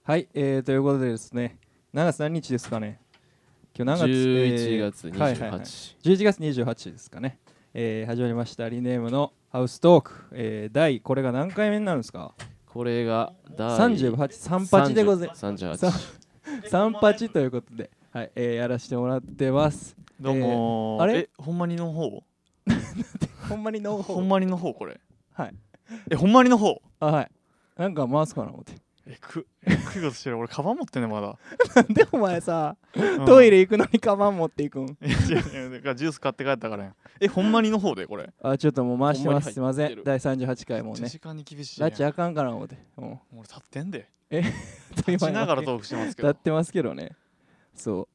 はい、ということでですね、何月何日ですかね。今日何月 11月28、 はいはいはい、11月28ですかね。始まりましたリネームのハウストーク、第これが何回目になるんですか。 これが第 38、38でございます。 38 38ということで、はい、やらせてもらってます。 どうもあれほんまにの方ほんまにの方。 ほんまにの方これ。 はい。 ほんまにの方。 あ、はい。なんか回すかな思って。 くいことしてる。俺カバン持ってんねまだ。 なんでお前さ、トイレ行くのにカバン持っていくん。 いやだからジュース買って帰ったからやん。ほんまにの方でこれ。 あ、ちょっともう回してます。すいません。 ほんまに入ってる第38回もね。 時間に厳しいやん。 ラッチあかんかな思って。 俺立ってんで。 立立ちながらトークしてますけど。 立ってますけどね。そう。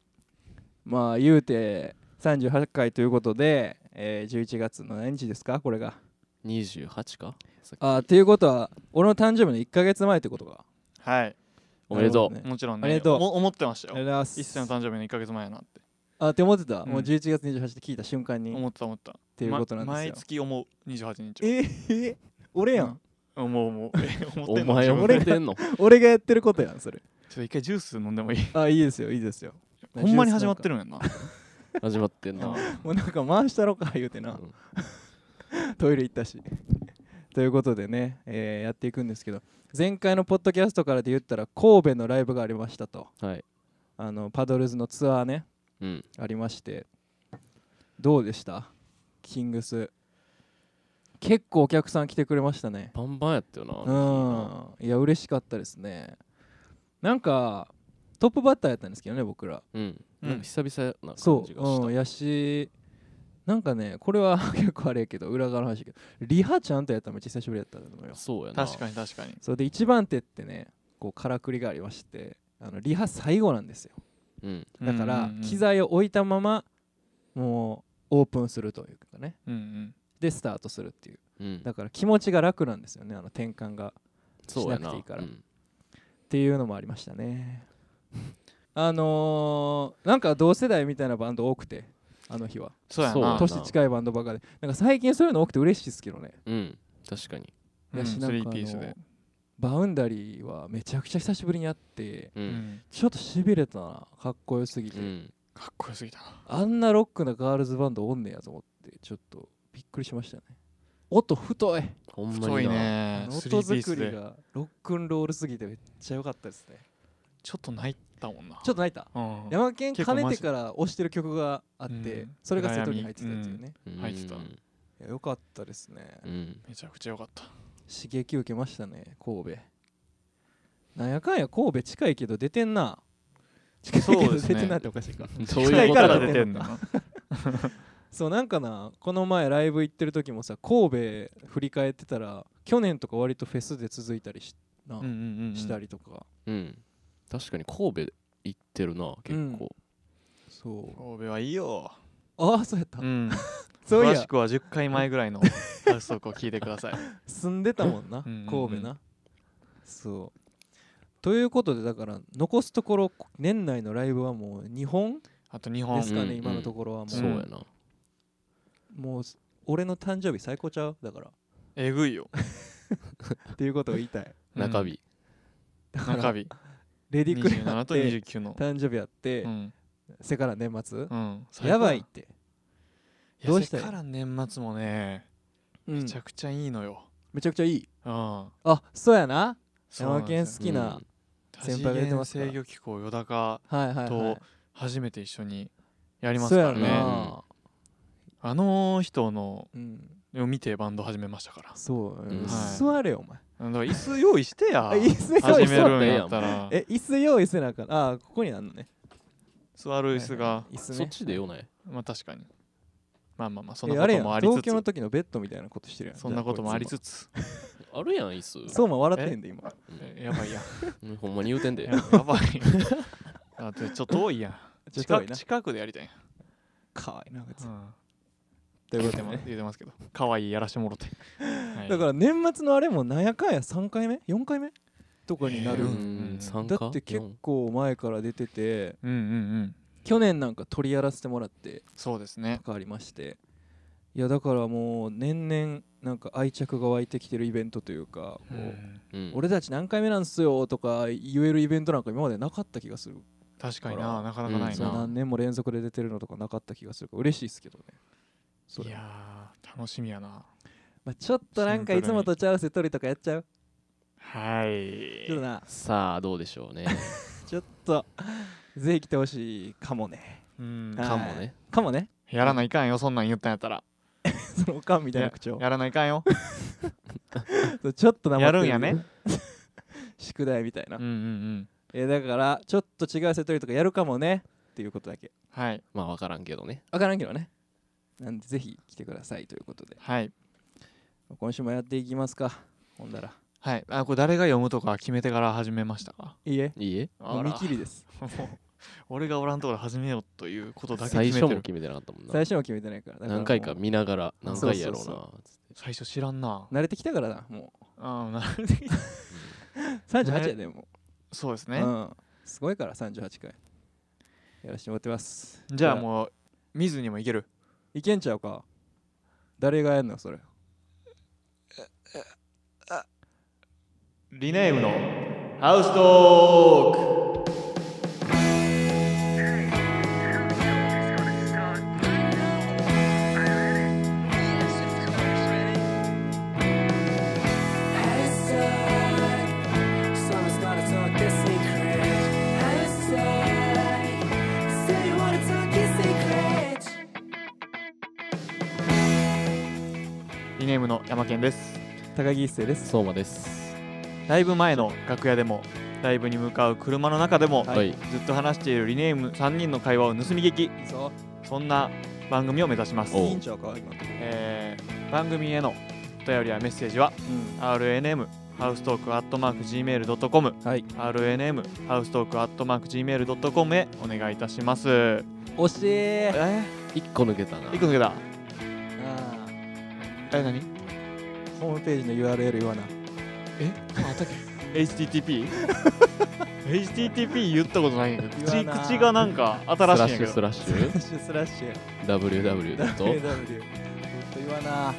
まあ言うて38回ということで、11月の何日ですかこれが。 28か。 っていうことは俺の誕生日の1ヶ月前ってことか。 はい。 おめでとう、 もちろんね。 ありがとう思ってましたよ。 ありがとうございます。 一世の誕生日の1ヶ月前やなって。 って思ってた、 うんもう11月28って聞いた瞬間にっ思った。 ていうことなんですよ。 毎月思う28日。 俺やん。 思う。思っておんの前思ってんの俺がやってることやんそれ。 ちょっと一回ジュース飲んでもいい？ いいですよいいですよ。 ほんまに始まってるんやんな。 始まってんな。 もうなんか回したろか言うてな、 うんトイレ行ったしということでね、やっていくんですけど、前回のポッドキャストからで言ったら神戸のライブがありましたと。 はい。 パドルズのツアーね、ありまして、どうでしたキングス。結構お客さん来てくれましたね。 バンバンやったよな。 いや嬉しかったですね。なんかトップバッターやったんですけどね僕ら。 なんか久々な感そじがした。 う、やしなんかねこれは結構あれやけど裏側の話だけど、リハちゃんとやったのめっちゃ久しぶりやったのよ。 そうやな。 確かに。 それで一番手ってねこうからくりがありまして、リハ最後なんですよ。だから機材を置いたままもうオープンするというかね、でスタートするっていう、だから気持ちが楽なんですよね、転換がしなくていいから、っていうのもありましたね。なんか同世代みたいなバンド多くて、あの日はそうやな。 年近いバンドばかりで、なんか最近そういうの多くて嬉しいですけどね。 確かに。 やし、なんか 3ピースでバウンダリーはめちゃくちゃ久しぶりに会って、ちょっとしびれたな、かっこよすぎて、 かっこよすぎたな。 あんなロックなガールズバンドおんねやと思ってちょっとびっくりしましたね。音太い、 ほんまに太いね。 音作りがロックンロールすぎてめっちゃ良かったですね。 ちょっと泣いたもんな。 ちょっと泣いた。山県かねてから推してる曲があって、それがセットに入ってたやつよね。 入ってた。 よかったですね。 めちゃくちゃよかった。 刺激受けましたね神戸。なんやかんや神戸近いけど出てんな。近いけど出てんなっておかしいか。 近いから出てんの。 そうなんかな、この前ライブ行ってる時もさ、神戸振り返ってたら去年とか割とフェスで続いたりしたりとか。 確かに神戸行ってるな結構。 そう神戸はいいよ。 そうやった。 そういや詳しくは10回前ぐらいのハウストークを聞いてください。 住んでたもんな神戸な。そうということで、だから残すところ年内のライブはもう2本あと2本ですかね、今のところはもう。 そうやな。 もう俺の誕生日最高ちゃうだからえぐいよっていうことを言いたい。 中日中日レディクレア 27と29の誕生日あって、せから年末、 ややばいって。 どうしたらせから年末もね、めちゃくちゃいいのよ。 めちゃくちゃいい。そうやな。山県好きな先輩が出てますから。 制御機構よだかと初めて一緒にやりますからね。あの人のを見てバンド始めましたから。 そう座れよお前。 だから椅子用意してや。 椅子始めるんやったら。 椅子用意せなあかん。ここにあんのね。 座る椅子が。 そっちでよね。 まあ確かに。まあそんなこともありつつ。 東京の時のベッドみたいなことしてるやん。 そんなこともありつつ。 あるやん椅子。 そうも笑ってんで今。 やばいや。 ほんまに言うてんで。 やばい。ちょっと遠いやん。近くでやりたい。 かわいいな別に。 ということで言ってますけど、かわいいやらしてもろて。 だから年末のあれもなんやかんや3回目4回目とかになる。だって結構前から出てて、去年なんか取りやらせてもらって、 そうですね。 ありまして、いやだからもう年々 なんか愛着が湧いてきてるイベントというか、俺たち何回目なんすよとか言えるイベントなんか今までなかった気がする。 確かにな、なかなかないな。 何年も連続で出てるのとかなかった気がするから嬉しいですけどね。 いや楽しみやな。 ちょっとなんかいつもとちゃうせとりとかやっちゃう。 はい。 ちょっとな、 さあどうでしょうね。 ちょっとぜひ来てほしいかもね。 かもね。 かもね。 やらないかんよ、そんなん言ったんやったら。 そのおかんみたいな口調。 やらないかんよ。 ちょっとなまってる。 やるんやね。 宿題みたいな。だからちょっと違うせとりとかやるかもねっていうことだけ。 はい。 まあ分からんけどね。 分からんけどね。なんでぜひ来てくださいということで。 はい。 今週もやっていきますか。ほんだら。 はい。これ誰が読むとか決めてから始めましたか？ いいえ。 いいえ。 見切りです。 俺がおらんところで始めようということだけ決めてる。最初も決めてなかったもんな。 最初も決めてないから。 何回か見ながら何回やろうな。 最初知らんな。 慣れてきたからな、もう。 慣れてきた。 38やでも。 そうですね。 すごいから38回。やらせてもらってます。 じゃあもう見ずにもいける？ いけんちゃうか。誰がやんのそれ。 リネームのハウストーク。リネームの山健です。 高木一生です。 相馬です。 ライブ前の楽屋でもライブに向かう車の中でも、 はい、 ずっと話しているリネーム3人の会話を盗み聞き、そんな番組を目指します。番組へのお便りやメッセージは、RNM ハウストーク@gmail.com、RNM ハウストーク@gmail.com へお願いいたします。 惜しい。 1個抜けたな。 1個抜けた。何？ ホームページの URL 言わな。 あったっけ？ HTTP 言ったことないんやけど、口がなんか新しいんやけど。 スラッシュwww. 言わな。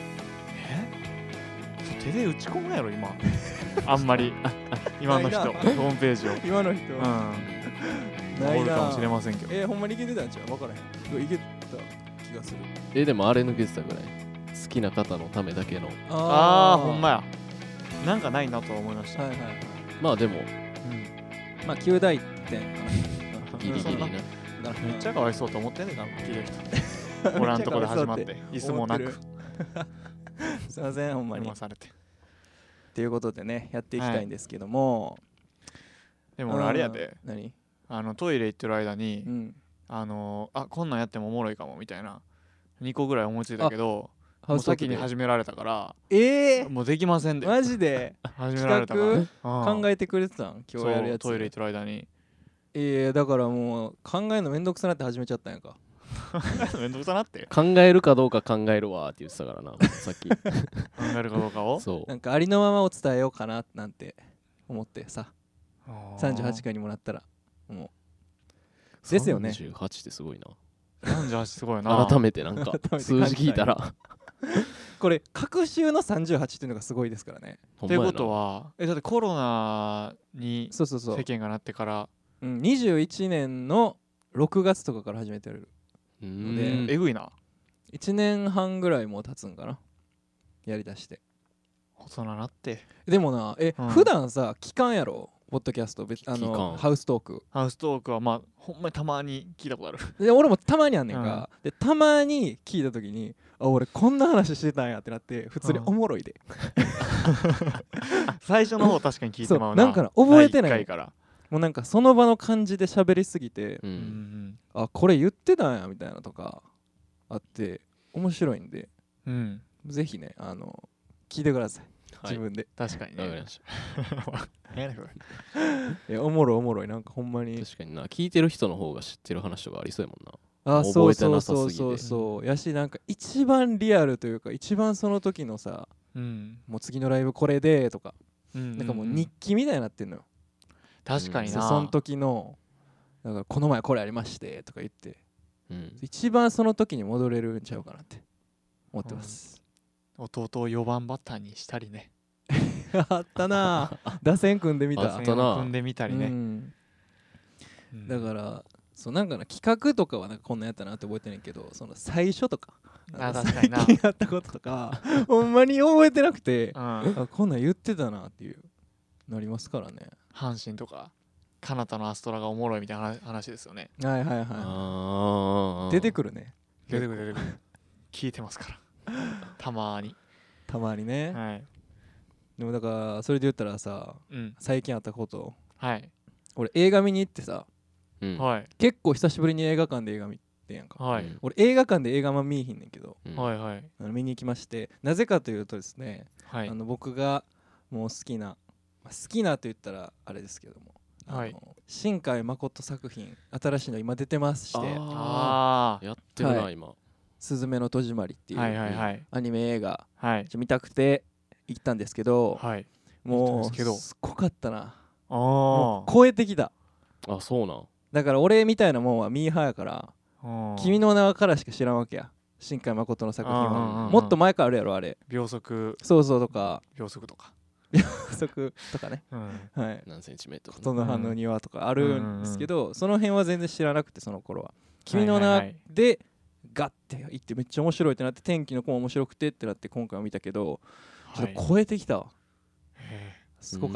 手で打ち込むやろ今。あんまり今の人ホームページを。 今の人。 ないな。おるかもしれませんけど。 ほんまにいけてたんちゃう？分からへん。いけた気がする。 でもあれ抜けてたぐらい。好きな方のためだけの。 ほんまや。なんかないなとは思いました。 まあでも、 まあ9大点ギリギリな。 めっちゃかわいそうと思ってんねんな、聞いてる人。おらんとこで始まって椅子もなく。 すいません、ほんまに。 されて。 っていうことでね、やっていきたいんですけども。 でも俺あれやで。 何？ トイレ行ってる間に、こんなんやってもおもろいかもみたいな2個ぐらい思いついたけど、もう先に始められたから、もうできませんで。 マジで始められたから考えてくれてたん？今日やるやつ。 トイレ行ってる間に。 だからもう考えるのめんどくさなって始めちゃったんやか。 めんどくさなって。 考えるかどうか考えるわって言ってたからな、さっき。考えるかどうかを。 そう。 なんかありのままを伝えようかななんて思ってさ。38回にもらったらもうですよね。 38ってすごいな。 38すごいな。 改めてなんか数字聞いたらこれ隔週の38っていうのがすごいですからね。 っていうことはだってコロナに世間がなってから 21年の6月とかから始めてるので、 えぐいな。 1年半ぐらいもう経つんかな、やりだして。 大人なって。 でもな普段さ聞かんやろポッドキャスト。ハウストークはまあほんまにたまに聞いたことある。 で俺もたまにあんねんか、でたまに聞いた時に俺こんな話してたんやってなって普通におもろいで。 最初の方確かに聞いてまうな。 なんか覚えてない。もうなんかその場の感じで喋りすぎて、これ言ってたんやみたいなとかあって面白いんで、ぜひね聞いてください。自分で。 確かにね。 おもろいなんかほんまに。 確かにな、聞いてる人の方が知ってる話とかありそうやもんな。 そうやし、なんか一番リアルというか一番その時のさ、もう次のライブこれでとか、なんかもう日記みたいになってんのよ。 確かにな。 その時のなんかこの前これありましてとか言って、一番その時に戻れるんちゃうかなって思ってます。 弟を4番バッターにしたりね。 あったな打線組んでみた。 あったな組んでみたりね、 だからそうなんかな企画とかはなんかこんなんやったなって覚えてないけど、その最初とか確かにな最近やったこととかほんまに覚えてなくて、あこんなん言ってたなっていうなりますからね。 阪神とかカナタのアストラがおもろいみたいな話ですよね。 はいはいはい。出てくるね。 出てくる聞いてますからたまにね、 はい。 でもだからそれで言ったらさ、最近あったこと、 はい、 俺映画見に行ってさ、 はい、 結構久しぶりに映画館で映画見てんやんか、 はい、 俺映画館で映画見いひんねんけど、 はいはい、 見に行きまして、なぜかというとですね、 はい、 僕がもう好きなと言ったらあれですけども、 はい、 新海誠作品新しいの今出てまして、 やってるな、今すずめの戸締まりっていうアニメ映画、見たくて行ったんですけど、もうすごかったな。もう超えてきた。 あ、そうなん。 だから俺みたいなもんはミーハーやから、君の名はからしか知らんわけや。新海誠の作品はもっと前からあるやろあれ。 秒速そうそうとか秒速とかね、 はい、何センチメートル琴の葉の庭とかあるんですけど、その辺は全然知らなくて、その頃は君の名でガッて行ってめっちゃ面白いってなって、天気の子も面白くてってなって今回は見たけど、ちょっと超えてきたわ。すごかった。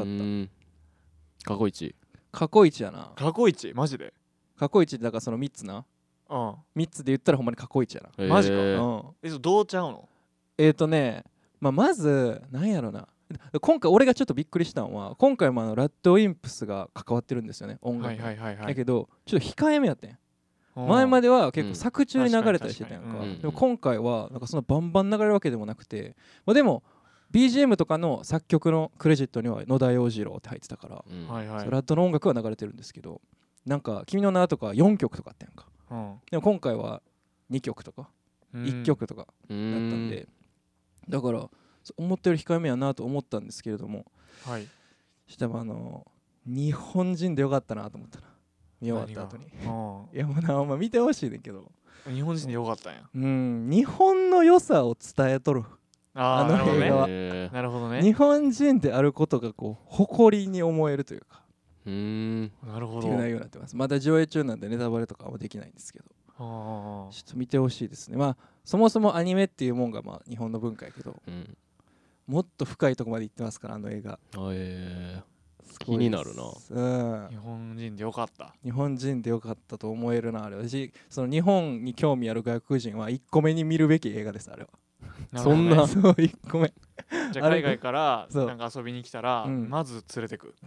過去一やな。 過去一マジで。 過去一だからその3つな。3つで言ったらほんまに過去一やな。 マジか。どうちゃうの。 まずなんやろな、今回俺がちょっとびっくりしたのは、今回もラッドウィンプスが関わってるんですよね、音楽に。だけどちょっと控えめやってん。前までは結構作中に流れたりしてたやんか。でも今回はなんかそんなバンバン流れるわけでもなくて、でも BGM とかの作曲のクレジットには野田洋次郎って入ってたから、ラッドの音楽は流れてるんですけど、なんか君の名とか4曲とかあったやんか。でも今回は2曲とか1曲とかだったんで、だから思ったより控えめやなと思ったんですけれども、したら日本人でよかったなと思ったな、見終わった後に。いやもうな、お前見てほしいねんけど、 日本人でよかったんや。 日本の良さを伝えとる、あの映画は。 なるほどね。 日本人であることがこう誇りに思えるというか、 なるほどっていう内容になってます。まだ上映中なんでネタバレとかはできないんですけど、ちょっと見てほしいですね。そもそもアニメっていうもんが日本の文化やけど、もっと深いとこまで行ってますから、あの映画。 気になるな。 日本人でよかった。 日本人でよかったと思えるな、あれ。私その日本に興味ある外国人は1個目に見るべき映画です、あれは。 そんな。 そう、1個目。 じゃあ海外からなんか遊びに来たらまず連れてく。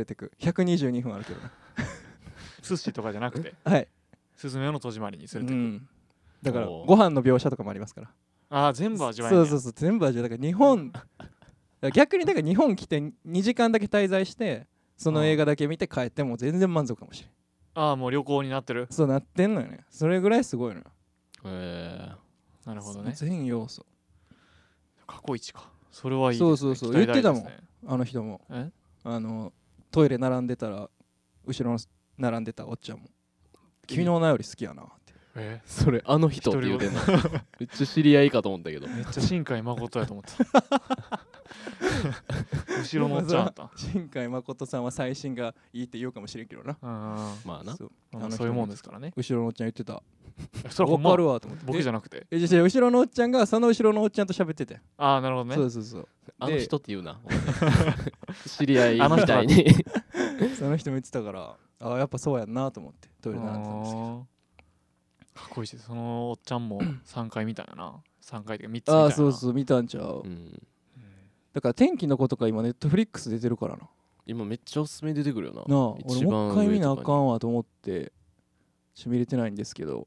122分あるけどな。 寿司とかじゃなくて、すずめの戸締まりに連れてく。 だからご飯の描写とかもありますから。 全部味わえる。 そう全部味わえる。だから日本逆にだから日本来て2時間だけ滞在してその映画だけ見て帰っても全然満足かもしれん。 もう旅行になってる。 そうなってんのよね。それぐらいすごいのよ。 なるほどね。 全要素。 過去一か。それはいいですね。 そう言ってたもん、あの人も。トイレ並んでたら後ろの並んでたおっちゃんも君の名より好きやなって。 それあの人って言うてんの。めっちゃ知り合いかと思ったけど。 めっちゃ新海誠やと思った後ろのおっちゃんあった。 新海誠さんは最新がいいって言うかもしれんけどな。 まあな、 そういうもんですからね。 後ろのおっちゃん言ってた。 それ分かるわと思って。 僕じゃなくて後ろのおっちゃんがその後ろのおっちゃんと喋ってて。 なるほどね。 そうあの人って言うな知り合いみたいにその人も言ってたから、やっぱそうやんなと思ってトイレ並んでたんですけど。 かっこいいし、そのおっちゃんも3回見たんやな。3回というか3つ見たんやな。 そう見たんちゃう。だから天気の子とか今ネットフリックス出てるからな。 今めっちゃおすすめ出てくるよな。 俺もう一回見なあかんわと思って見れてないんですけど、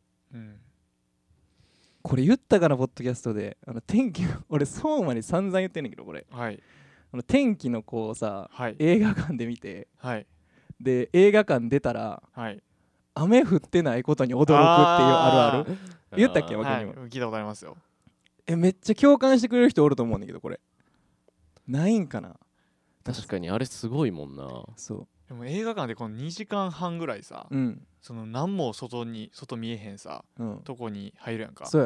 これ言ったかなポッドキャストで。天気の俺相馬に散々言ってんねんけど、これ天気の子をさ、映画館で見て、で映画館出たら、雨降ってないことに驚くっていうあるある言ったっけ。 聞いたことありますよ。 めっちゃ共感してくれる人おると思うんだけど、これないんかな。 確かにあれすごいもんな。 そうでも映画館でこの2時間半ぐらいさ、その何も外見えへんさ、とこに入るやんか。 そうやな。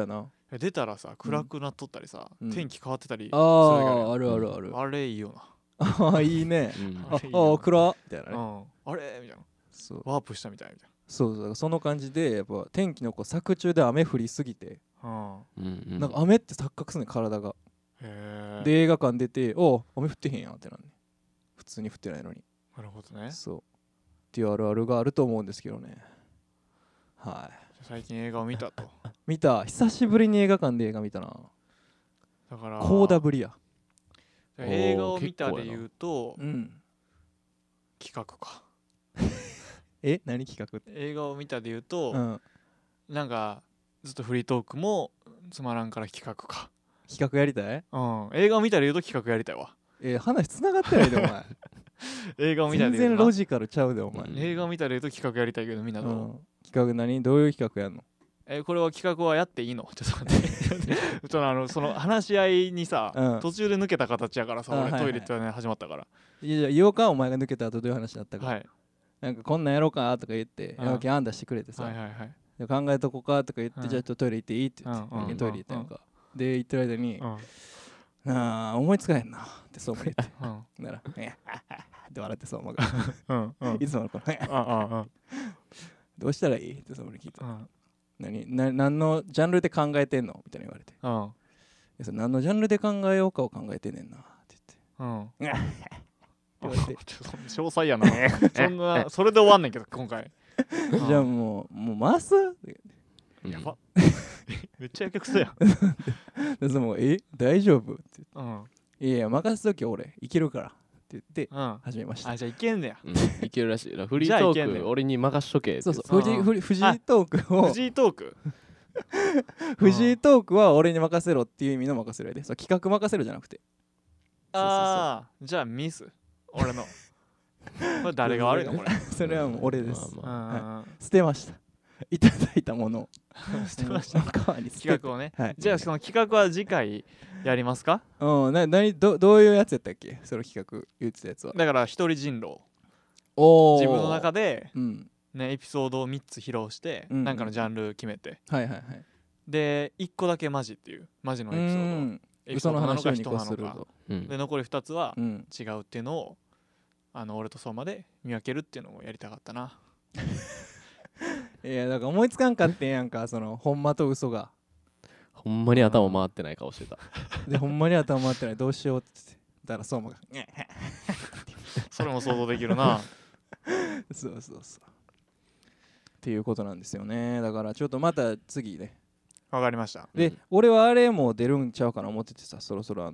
出たらさ暗くなっとったりさ、天気変わってたりするあるあるある。 あれいいよな。 あいいね。あ暗っみたいなね。 あれみたいな。 そうワープしたみたいな。 そうその感じでやっぱ天気のこう作中で雨降りすぎて、なんか雨って錯覚するね体が。で映画館出て雨降ってへんやんってなんね。普通に降ってないのに。 なるほどね。 そうっていうあるあるがあると思うんですけどね。はい。 最近映画を見たと。 見た。久しぶりに映画館で映画見たな。 だからコーダぶりや。 映画を見たで言うと、企画か。 何企画って。 映画を見たで言うと、なんかずっとフリートークもつまらんから企画か。 企画やりたい？ 映画を見たで言うと企画やりたいわ。 話つながってないでお前。 映画を見たで言うと全然ロジカルちゃうでお前。 映画を見たで言うと企画やりたいけどみんなどう？ 企画何？どういう企画やんの？ これは企画はやっていいの？ちょっと待ってその話し合いにさ、途中で抜けた形やからさ、俺トイレってね始まったから。 いや言おうか、お前が抜けた後どういう話だったか。 はい。 なんかこんなんやろうかとか言って山木案出してくれてさ、考えとこうかとか言って、じゃあちょっとトイレ行っていいって言ってトイレ行ったやんか。で行ってる間になあ思いつかへんなってそう思ってならって笑ってそう思うがいつものこのどうしたらいいってそう聞いて、何のジャンルで考えてんのみたいに言われて、何のジャンルで考えようかを考えてんねんなって言って詳細やな。そんなそれで終わんねんけど今回。 じゃあもう回す？ やば。めっちゃやけくそやん。 でも大丈夫って言って、いや任せとき俺いけるからって言って始めました。 じゃあいけんねや。 いけるらしい。フリートーク俺に任しとけ。 そうそう藤井トークを藤井トーク藤井トークは俺に任せろっていう意味の任せろやで。そう企画任せろじゃなくて。 じゃあミス俺のこれ誰が悪いのこれ。 それはもう俺です。捨てました。いただいたものを捨てました。企画をね。じゃあその企画は次回やりますか？ どういうやつやったっけ？その企画言ってたやつは。 だから一人人狼。自分の中でエピソードを3つ披露してなんかのジャンル決めて。で1個だけマジっていうマジのエピソード。 嘘の話を2個すると。 で残り2つは違うっていうのを俺と相馬で見分けるっていうのをやりたかったな。 いやだから思いつかんかってんやんか、そのほんまと嘘が。 ほんまに頭回ってない顔してた。 でほんまに頭回ってない、どうしようって言ってだから相馬がそれも想像できるな。 そうっていうことなんですよね。だからちょっとまた次ね。 わかりました。 で、俺はあれも出るんちゃうかな思っててさ、そろそろ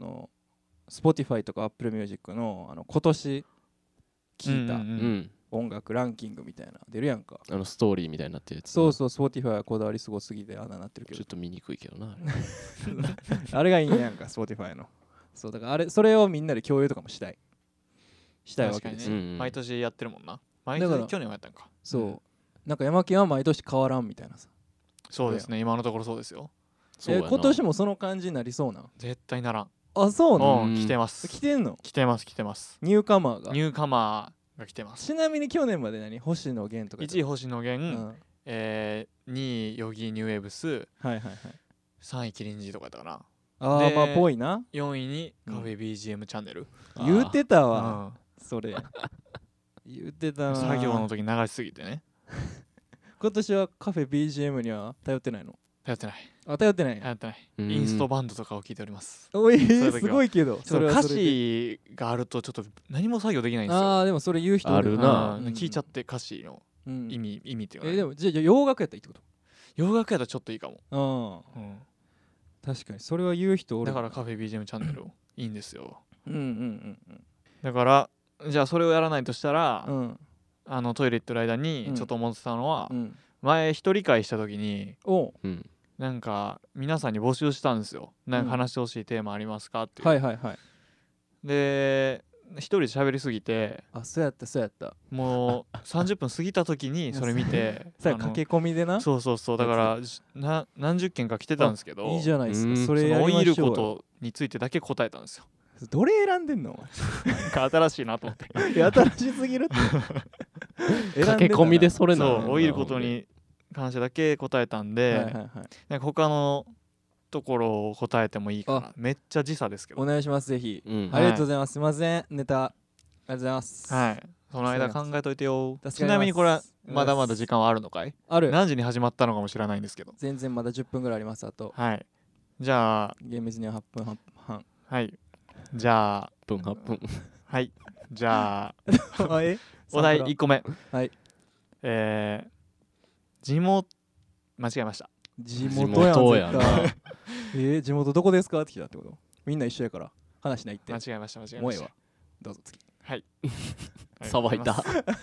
Spotify とか Apple Music の今年聴いた音楽ランキングみたいな出るやんか。 ストーリーみたいになってるやつ。 そうそう、Spotify はこだわりすごすぎてあんななってるけど。 ちょっと見にくいけどな。 あれがいいんやんか、Spotify の。そうだからそれをみんなで共有とかもしたいわけですよ。 毎年やってるもんな。毎年去年はやったんか。 そう。なんか山木は毎年変わらんみたいなさ。 そうですね、今のところそうですよ。 今年もその感じになりそうなん？ 絶対ならん。 あ、そうなの？ 来てます。 来てんの？ 来てます。 ニューカマーが来てます。 ちなみに去年まで星野源とか。 1位星野源、2位ヨギニューウェーブス、3位キリンジとかやったかな。 まあぽいな。 4位にカフェ BGM チャンネル。 言うてたわ。それ。言うてたな。 作業の時流しすぎてね。 今年はカフェ BGM には頼ってないの？ 頼ってない。 頼ってない。 インストバンドとかを聞いております。 すごいけど。 歌詞があるとちょっと何も作業できないんですよ。 でもそれ言う人あるな。 聞いちゃって歌詞の意味っていうか。 でもじゃあ洋楽やったらいいってこと？ 洋楽やったらちょっといいかも。確かにそれは言う人おる。 だからカフェ BGM チャンネルいいんですよ。 だからじゃあそれをやらないとしたら、トイレ行ってる間にちょっと思ってたのは、前一人会した時になんか皆さんに募集したんですよ。なんか話してほしいテーマありますかっていう。で一人で喋りすぎて、 そうやったもう30分過ぎた時にそれ見て駆け込みでな。 そうだから何十件か来てたんですけど、 いいじゃないですか。 それ老いることについてだけ答えたんですよ。 どれ選んでんの？ 新しいなと思って。 新しすぎるって。 駆け込みでそれなの。老いることに関してだけ答えたんで、なんか他のところを答えてもいいかな。めっちゃ時差ですけどお願いしますぜひ、 うんありがとうございます。すいませんネタありがとうございます。 はい。その間考えといてよ。 助かります。 ちなみにこれはまだまだ時間はあるのかい？ ある。 何時に始まったのかも知らないんですけど。 全然まだ10分ぐらいあります。あとはい。じゃあ厳密には8分半。 はい。じゃあ 8分はい。じゃあえお題1個目。 はい。 地元間違えました。 地元やん絶対。地元どこですかって聞いたってこと？みんな一緒やから話ないって。 間違えました。 もうええわ。どうぞ次。 はい。 さばいた。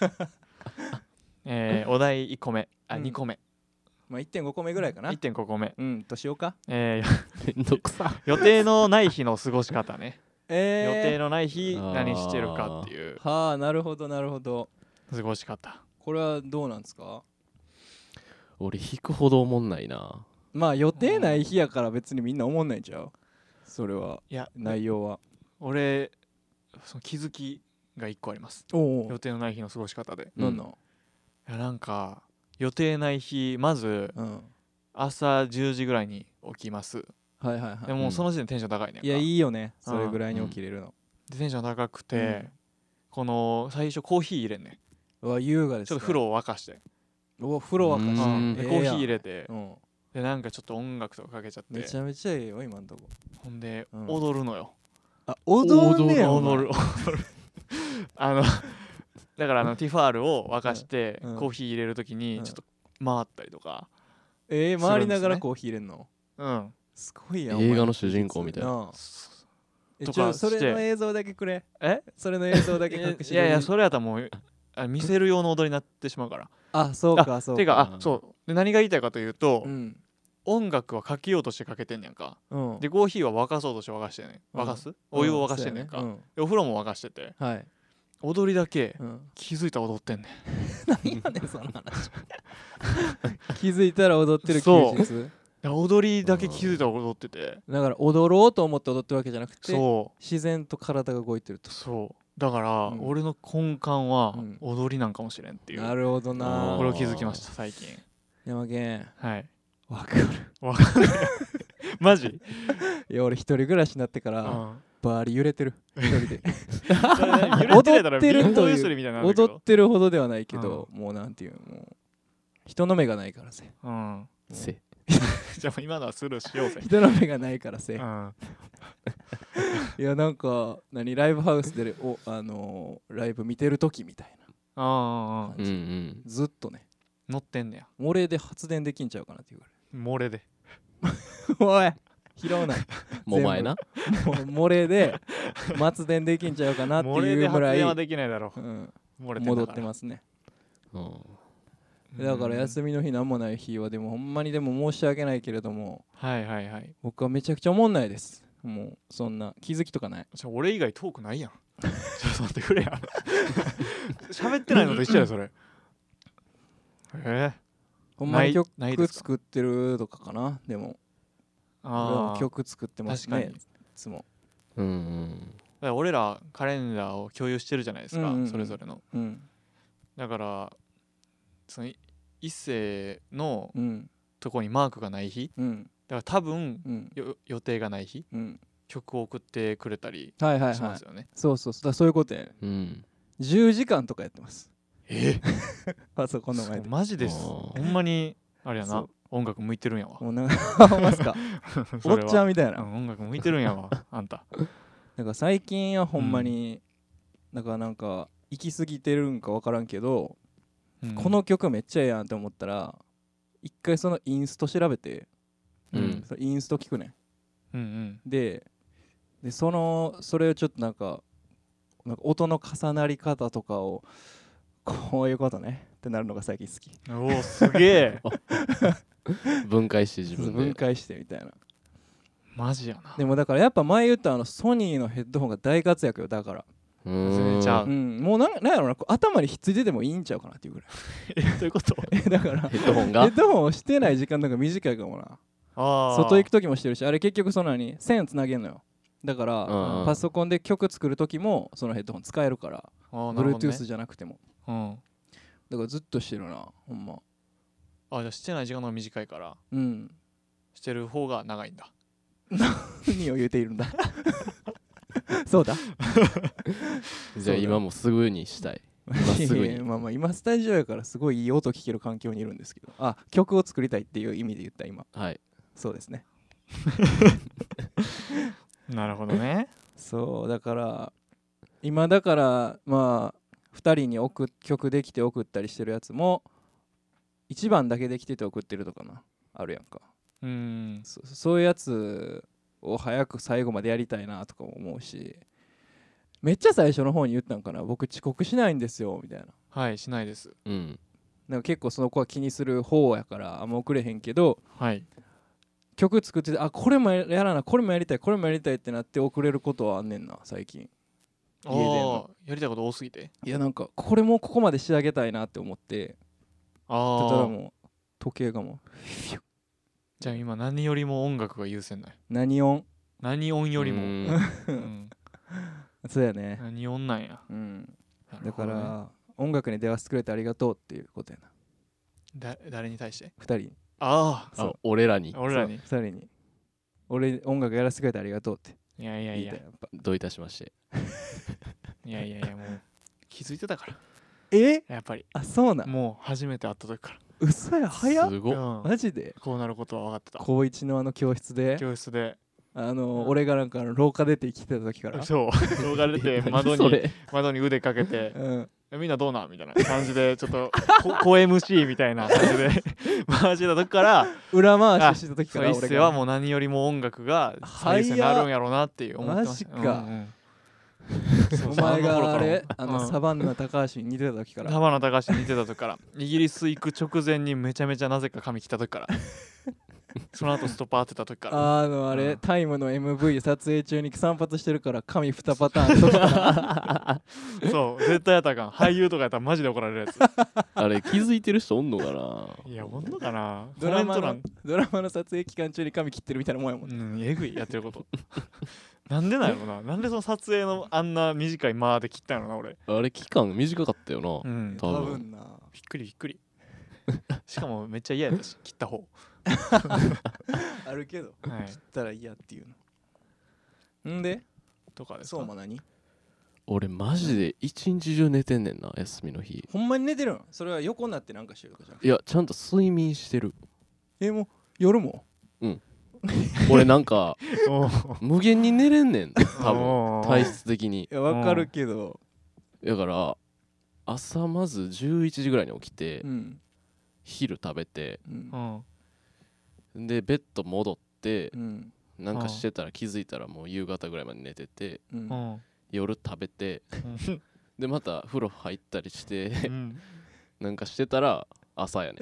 お題1個目2個目。 まあ 1.5 個目ぐらいかな。 1.5 個目。 としようか。 めんどくさ。 予定のない日の過ごし方ね。予定定のない日何してるかっていう。 はあ、なるほどなるほど。 過ごし方。 これはどうなんですか？ 俺引くほどおもんないな。 まあ予定ない日やから別にみんな思んないんちゃう？それは。 いや内容は。 俺その気づきが1個あります。予定のない日の過ごし方で。 なんの？ いやなんか予定ない日まず朝10時ぐらいに起きます。 はいはいはい。 でもその時点でテンション高いねんか。 いやいいよねそれぐらいに起きれるの。 でテンション高くてこの最初コーヒー入れんねん。 うわ優雅ですね。 ちょっと風呂を沸かして。 風呂沸かしてコーヒー入れてでなんかちょっと音楽とかかけちゃってめちゃめちゃいいよ今んとこ。 ほんで踊るのよ。 踊るねや。 踊るだからティファールを沸かしてコーヒー入れるときにちょっと回ったりとか。 回りながらコーヒー入れんの？すごいやん。 映画の主人公みたいな。 それの映像だけくれ。それの映像だけ隠して。 いやいやそれやったらもう見せる用の踊りになってしまうから。 あそうかそうか。 てかそうで何が言いたいかというと音楽はかけようとしてかけてんねんか。でコーヒーは沸かそうとして沸かしてんねん。沸かすお湯を沸かしてんねんか。お風呂も沸かしてて踊りだけ気づいたら踊ってんねん。 何やねんその話。気づいたら踊ってる休日。 踊りだけ気づいたら踊ってて。 だから踊ろうと思って踊ってるわけじゃなくて自然と体が動いてると。 そうだから俺の根幹は踊りなんかもしれんっていう。 なるほどな。 これを気づきました最近。 山源。 はいわかる。 マジ？ いや俺一人暮らしになってからバーリ揺れてる一人で。 踊ってるという踊ってるほどではないけどもうなんていうもう人の目がないからせ。 じゃあ今のはスルーしようぜ。 人の目がないからせ。いやなんかライブハウスでライブ見てる時みたいな感じ。ずっとね乗ってんねや。 漏れで発電できんちゃうかなっていうぐらい。 漏れでおい拾うな。 もう前な。 漏れで発電できんちゃうかなっていうぐらい。漏れで発電はできないだろう。 戻ってますね。だから休みの日なんもない日はでもほんまにでも申し訳ないけれども僕はめちゃくちゃおもんないです。もうそんな気づきとかない。 俺以外トークないやん。ちょっと待ってくれや。喋ってないのと一緒やそれ。 ほんまに曲作ってるとかかな。でも曲作ってますねいつも。 俺らカレンダーを共有してるじゃないですかそれぞれの。だからその一世のとこにマークがない日だから多分予定がない日曲を送ってくれたりしますよね。 そういうことや。10時間とかやってます。パソコンの前で。 マジです。ほんまにあれやな音楽向いてるんやわ。 ほんますか。おっちゃんみたいな。 音楽向いてるんやわあんた。 なんか最近はほんまになんか行き過ぎてるんか分からんけどこの曲めっちゃええやんって思ったら一回そのインスト調べてインスト聞くねん。でそれをちょっとなんか音の重なり方とかをこういうことねってなるのが最近好き。 おおすげえ。 分解して自分で分解してみたいな。 マジやな。 でもだからやっぱ前言ったソニーのヘッドホンが大活躍よ。だから忘れちゃう。 もうなんやろな頭にひっついててもいいんちゃうかなっていうぐらい。 どういうこと？ だからヘッドホンをしてない時間なんか短いかもな。外行く時もしてるしあれ結局線つなげんのよ。だからパソコンで曲作る時もそのヘッドホン使えるからBluetooth じゃなくてもだからずっとしてるなほんま。 じゃあしてない時間の短いからしてる方が長いんだ。 何を言うているんだそうだじゃあ今もすぐにしたい。今すぐに。 まあ今スタジオやからすごいいい音聴ける環境にいるんですけど、曲を作りたいっていう意味で言った今。 はい。 そうですねなるほどね。 そうだから今だからまあ2人に曲できて送ったりしてるやつも1番だけできてて送ってるとかなあるやんか。そういうやつを早く最後までやりたいなとかも思うし、めっちゃ最初の方に言ったんかな、僕遅刻しないんですよみたいな。 はい、しないです。 なんか結構その子は気にする方やからあんま送れへんけど、 はい、 曲作っててこれもやらなこれもやりたいこれもやりたいってなって送れることはあんねんな最近。 家でのやりたいこと多すぎて、 いやなんかこれもここまで仕上げたいなって思って、例えばもう時計がもうじゃあ今何よりも音楽が優先ない。 何音よりもそうやね、 何音なんや。 だから音楽に出会わせてくれてありがとうっていうことやな。誰に対して ？2人に。 俺らに 2人に音楽やらせてくれてありがとうって。 いやどういたしまして。 いやもう気づいてたから。やっぱりそうなん。 もう初めて会った時から。 嘘や、早っ。 すごマジでこうなることは分かってた。 高1の教室で俺がなんか廊下出て生きてた時から。 そう廊下出て窓に腕かけてみんなどうなんみたいな感じでちょっと小 MC みたいな感じで回してた時から裏回ししてた時から一世はもう何よりも音楽が最先になるんやろうなっていう思ってました。 マジか。お前がサバンナ高橋に似てた時から。 サバンナ高橋に似てた時からイギリス行く直前にめちゃめちゃなぜか髪切った時からその後ストッパー当てた時からタイムの MV 撮影中に散髪してるから髪2パターンとかそう絶対やったらあかん。俳優とかやったらマジで怒られるやつあれ気づいてる人おんのかな。 いやおんのかな。 ドラマの撮影期間中に髪切ってるみたいなもんやもん。 えぐいやってることなんでなんやろな。なんでその撮影のあんな短い間で切ったんやろな俺。 あれ期間短かったよな。 多分な。 びっくりしかもめっちゃ嫌やったし切った方あるけど、切ったら嫌っていうのんでとかですか。そうも何？ 俺マジで一日中寝てんねんな、休みの日。 ほんまに寝てるの？それは横になってなんかしてるとかじゃん。 いやちゃんと睡眠してる。 もう夜も？ 俺なんか無限に寝れんねん多分体質的に。 いや分かるけど、 だから朝まず11時ぐらいに起きて、昼食べて、でベッド戻って、なんかしてたら気づいたらもう夕方ぐらいまで寝てて、夜食べてでまた風呂入ったりしてなんかしてたら朝やね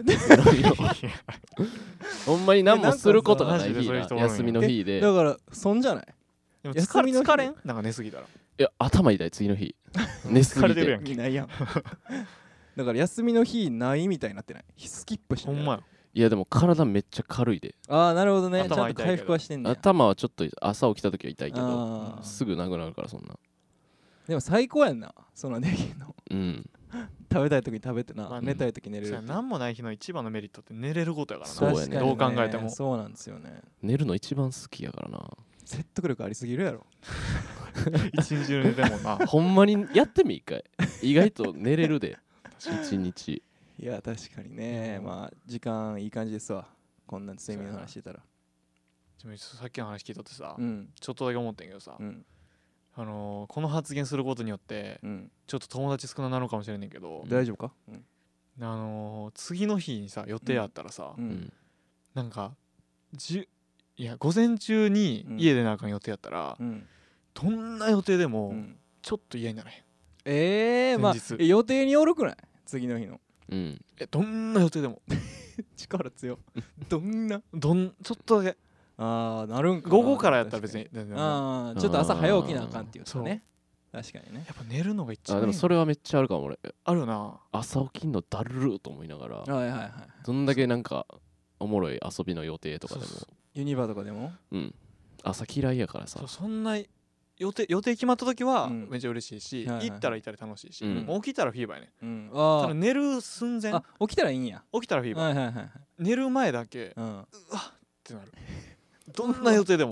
ほんまに何もすることがない日な、休みの日で。 だからそんじゃない？ でも疲れん？なんか寝すぎたら。 いや頭痛い次の日寝すぎて。 いないやんだから休みの日ないみたいになってない？スキップしてる。 ほんまや。 いやでも体めっちゃ軽いで。 なるほどね。ちゃんと回復はしてんね。 頭はちょっと朝起きた時は痛いけどすぐなくなるからそんな。 でも最高やんなそのできんの。食べたい時に食べてな、寝たい時寝れる。 なんもない日の一番のメリットって寝れることやからな。 そうやね。 どう考えてもそうなんですよね。 寝るの一番好きやからな。 説得力ありすぎるやろ一日中寝てもな。 ほんまにやってみ一回。意外と寝れるで一日。 いや確かにね。まあ時間いい感じですわ、こんな睡眠の話してたら。 さっきの話聞いとってさ、ちょっとだけ思ってんけどさ、この発言することによってちょっと友達少ななのかもしれんねんけど、 大丈夫か？ 次の日にさ予定あったらさ、なんか午前中に家でなあかん予定やったら、どんな予定でもちょっと嫌にならへん。 まあ予定によるくない？次の日の。 どんな予定でも力強どんなちょっとだけ。 なるんかな。 午後からやったら別にちょっと朝早起きなあかんっていうかね。確かにね。 やっぱ寝るのが一番いい。 でもそれはめっちゃあるかも俺。 あるな。 朝起きんのだるーと思いながら、どんだけなんかおもろい遊びの予定とかでも、 ユニバとかでも朝嫌いやからさ。 そんな予定決まった時はめっちゃ嬉しいし、行ったら行ったら楽しいし、もう起きたらフィーバーやね。ただ寝る寸前。 起きたらいいんや。 起きたらフィーバー。寝る前だけうわってなる。どんな予定でも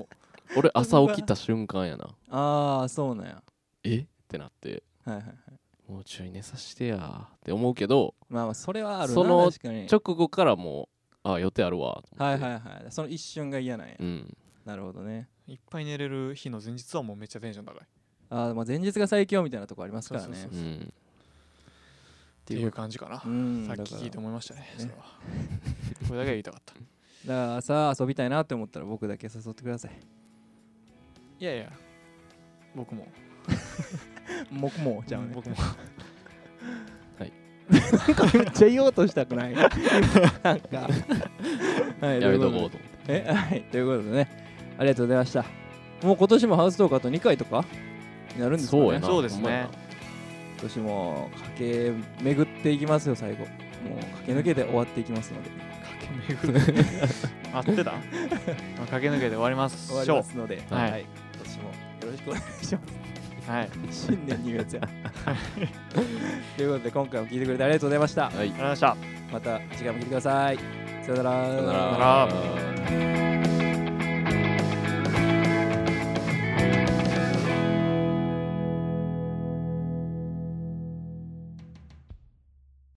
俺朝起きた瞬間やな。 ああそうなんや。 ってなって、 はいはいはい、 もうちょい寝させてやって思うけど、 まあそれはあるな。 その直後からもう予定あるわと思って。 はいはいはい、その一瞬が嫌なんや。なるほどね。 いっぱい寝れる日の前日はもうめっちゃテンション高い。 まあ前日が最強みたいなとこありますからね。 っていう感じかな。さっき聞いて思いましたね。それはこれだけは言いたかった。だから朝遊びたいなって思ったら僕だけ誘ってください。 いやいや僕も僕もじゃあね。 僕もはい。 なんかめっちゃ言おうとしたくない。なんかはいやめとこうと思って。 はいということでね、ありがとうございました。もう今年もハウストークあと2回とかになるんですかね。 そうやな。 そうですね。 今年も駆け巡っていきますよ。最後もう駆け抜けて終わっていきますので。 駆け巡る合ってた駆け抜けて終わります終わりますので、 はい、 今年もよろしくお願いします。 はい、 新年に言うやつや。ということで今回も聞いてくれてありがとうございました。 ありがとうございました。 また次回も聞いてください。さよなら。 さよなら。